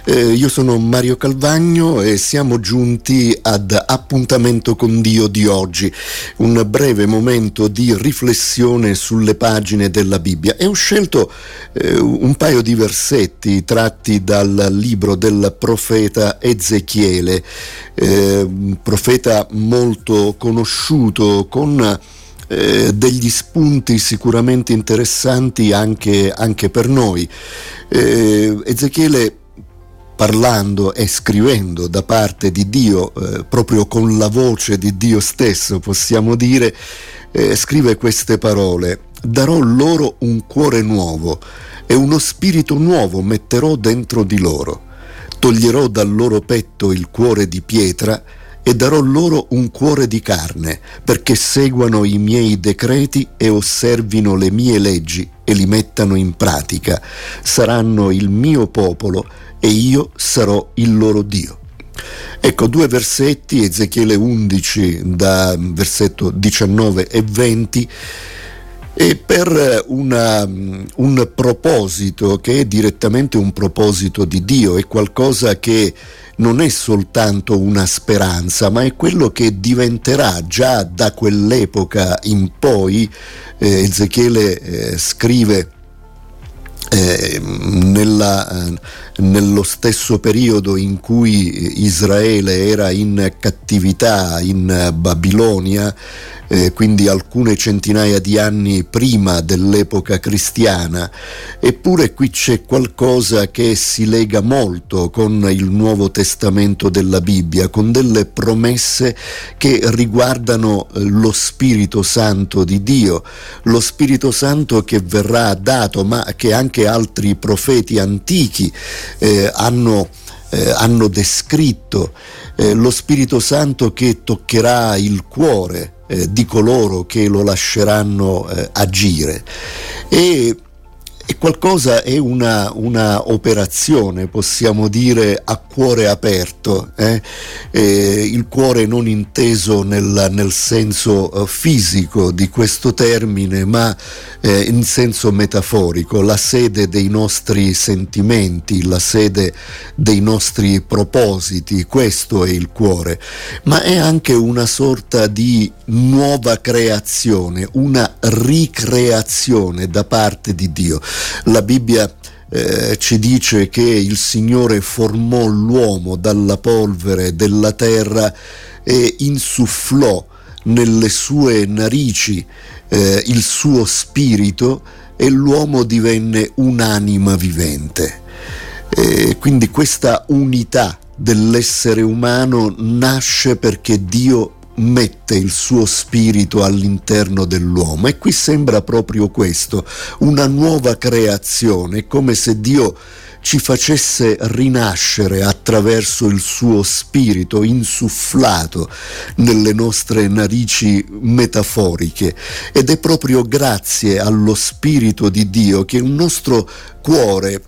Io sono Mario Calvagno e siamo giunti ad Appuntamento con Dio di oggi, un breve momento di riflessione sulle pagine della Bibbia, e ho scelto un paio di versetti tratti dal libro del profeta Ezechiele, un profeta molto conosciuto, con degli spunti sicuramente interessanti anche per noi. Ezechiele, parlando e scrivendo da parte di Dio, proprio con la voce di Dio stesso, possiamo dire, scrive queste parole: darò loro un cuore nuovo e uno spirito nuovo metterò dentro di loro. Toglierò dal loro petto il cuore di pietra e darò loro un cuore di carne, perché seguano i miei decreti e osservino le mie leggi e li mettano in pratica. Saranno il mio popolo e io sarò il loro Dio. Ecco, due versetti, Ezechiele 11 da versetto 19 e 20, e per un proposito che è direttamente un proposito di Dio, è qualcosa che non è soltanto una speranza, ma è quello che diventerà già da quell'epoca in poi. Ezechiele scrive nello stesso periodo in cui Israele era in cattività in Babilonia, quindi alcune centinaia di anni prima dell'epoca cristiana. Eppure qui c'è qualcosa che si lega molto con il Nuovo Testamento della Bibbia, con delle promesse che riguardano lo Spirito Santo di Dio, lo Spirito Santo che verrà dato, ma che anche altri profeti antichi hanno descritto, lo Spirito Santo che toccherà il cuore di coloro che lo lasceranno agire. E qualcosa, è una operazione, possiamo dire, a cuore aperto, il cuore non inteso nel senso fisico di questo termine, ma in senso metaforico, la sede dei nostri sentimenti, la sede dei nostri propositi. Questo è il cuore, ma è anche una sorta di nuova creazione, una ricreazione da parte di Dio. La Bibbia ci dice che il Signore formò l'uomo dalla polvere della terra e insufflò nelle sue narici il suo spirito, e l'uomo divenne un'anima vivente. Quindi questa unità dell'essere umano nasce perché Dio mette il suo spirito all'interno dell'uomo, e qui sembra proprio questo, una nuova creazione, come se Dio ci facesse rinascere attraverso il suo spirito insufflato nelle nostre narici metaforiche. Ed è proprio grazie allo Spirito di Dio che il nostro cuore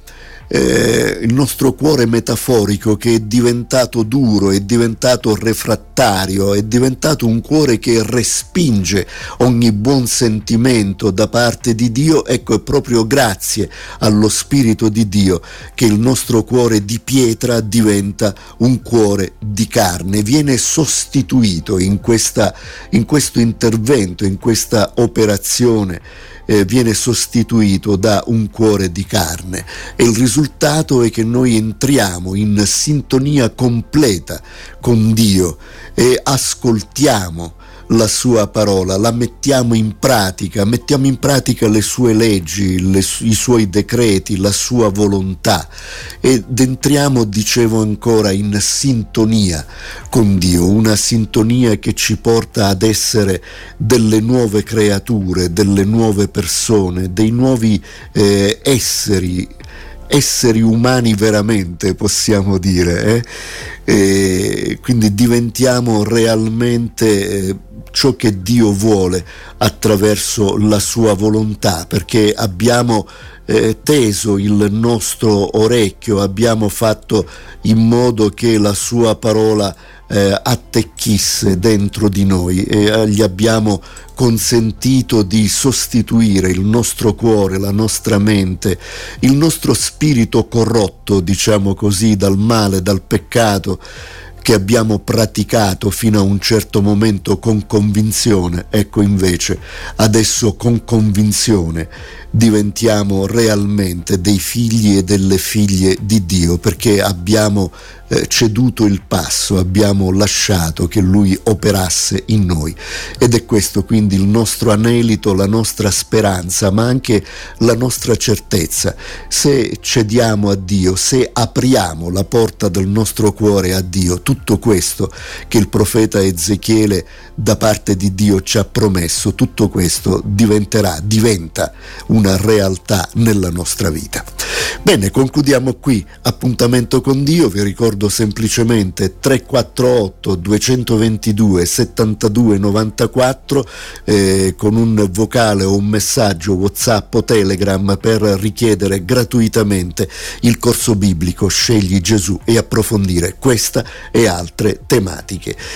metaforico, che è diventato duro, è diventato refrattario, è diventato un cuore che respinge ogni buon sentimento da parte di Dio. Ecco, è proprio grazie allo Spirito di Dio che il nostro cuore di pietra diventa un cuore di carne, viene sostituito in questo intervento, in questa operazione, viene sostituito da un cuore di carne, e il risultato è che noi entriamo in sintonia completa con Dio e ascoltiamo la sua parola, la mettiamo in pratica le sue leggi, i suoi decreti, la sua volontà, ed entriamo, dicevo ancora, in sintonia con Dio, una sintonia che ci porta ad essere delle nuove creature, delle nuove persone, dei nuovi esseri umani veramente, possiamo dire, quindi diventiamo realmente ciò che Dio vuole attraverso la sua volontà, perché abbiamo teso il nostro orecchio, abbiamo fatto in modo che la sua parola attecchisse dentro di noi e gli abbiamo consentito di sostituire il nostro cuore, la nostra mente, il nostro spirito corrotto, diciamo così, dal male, dal peccato che abbiamo praticato fino a un certo momento con convinzione. Ecco, invece adesso con convinzione diventiamo realmente dei figli e delle figlie di Dio, perché abbiamo ceduto il passo, abbiamo lasciato che Lui operasse in noi, ed è questo quindi il nostro anelito, la nostra speranza, ma anche la nostra certezza. Se cediamo a Dio, se apriamo la porta del nostro cuore a Dio, tutto questo che il profeta Ezechiele da parte di Dio ci ha promesso, tutto questo diventa una realtà nella nostra vita. Bene, concludiamo qui. Appuntamento con Dio, vi ricordo semplicemente 348 222 72 94 con un vocale o un messaggio WhatsApp o Telegram per richiedere gratuitamente il corso biblico Scegli Gesù e approfondire questa e altre tematiche.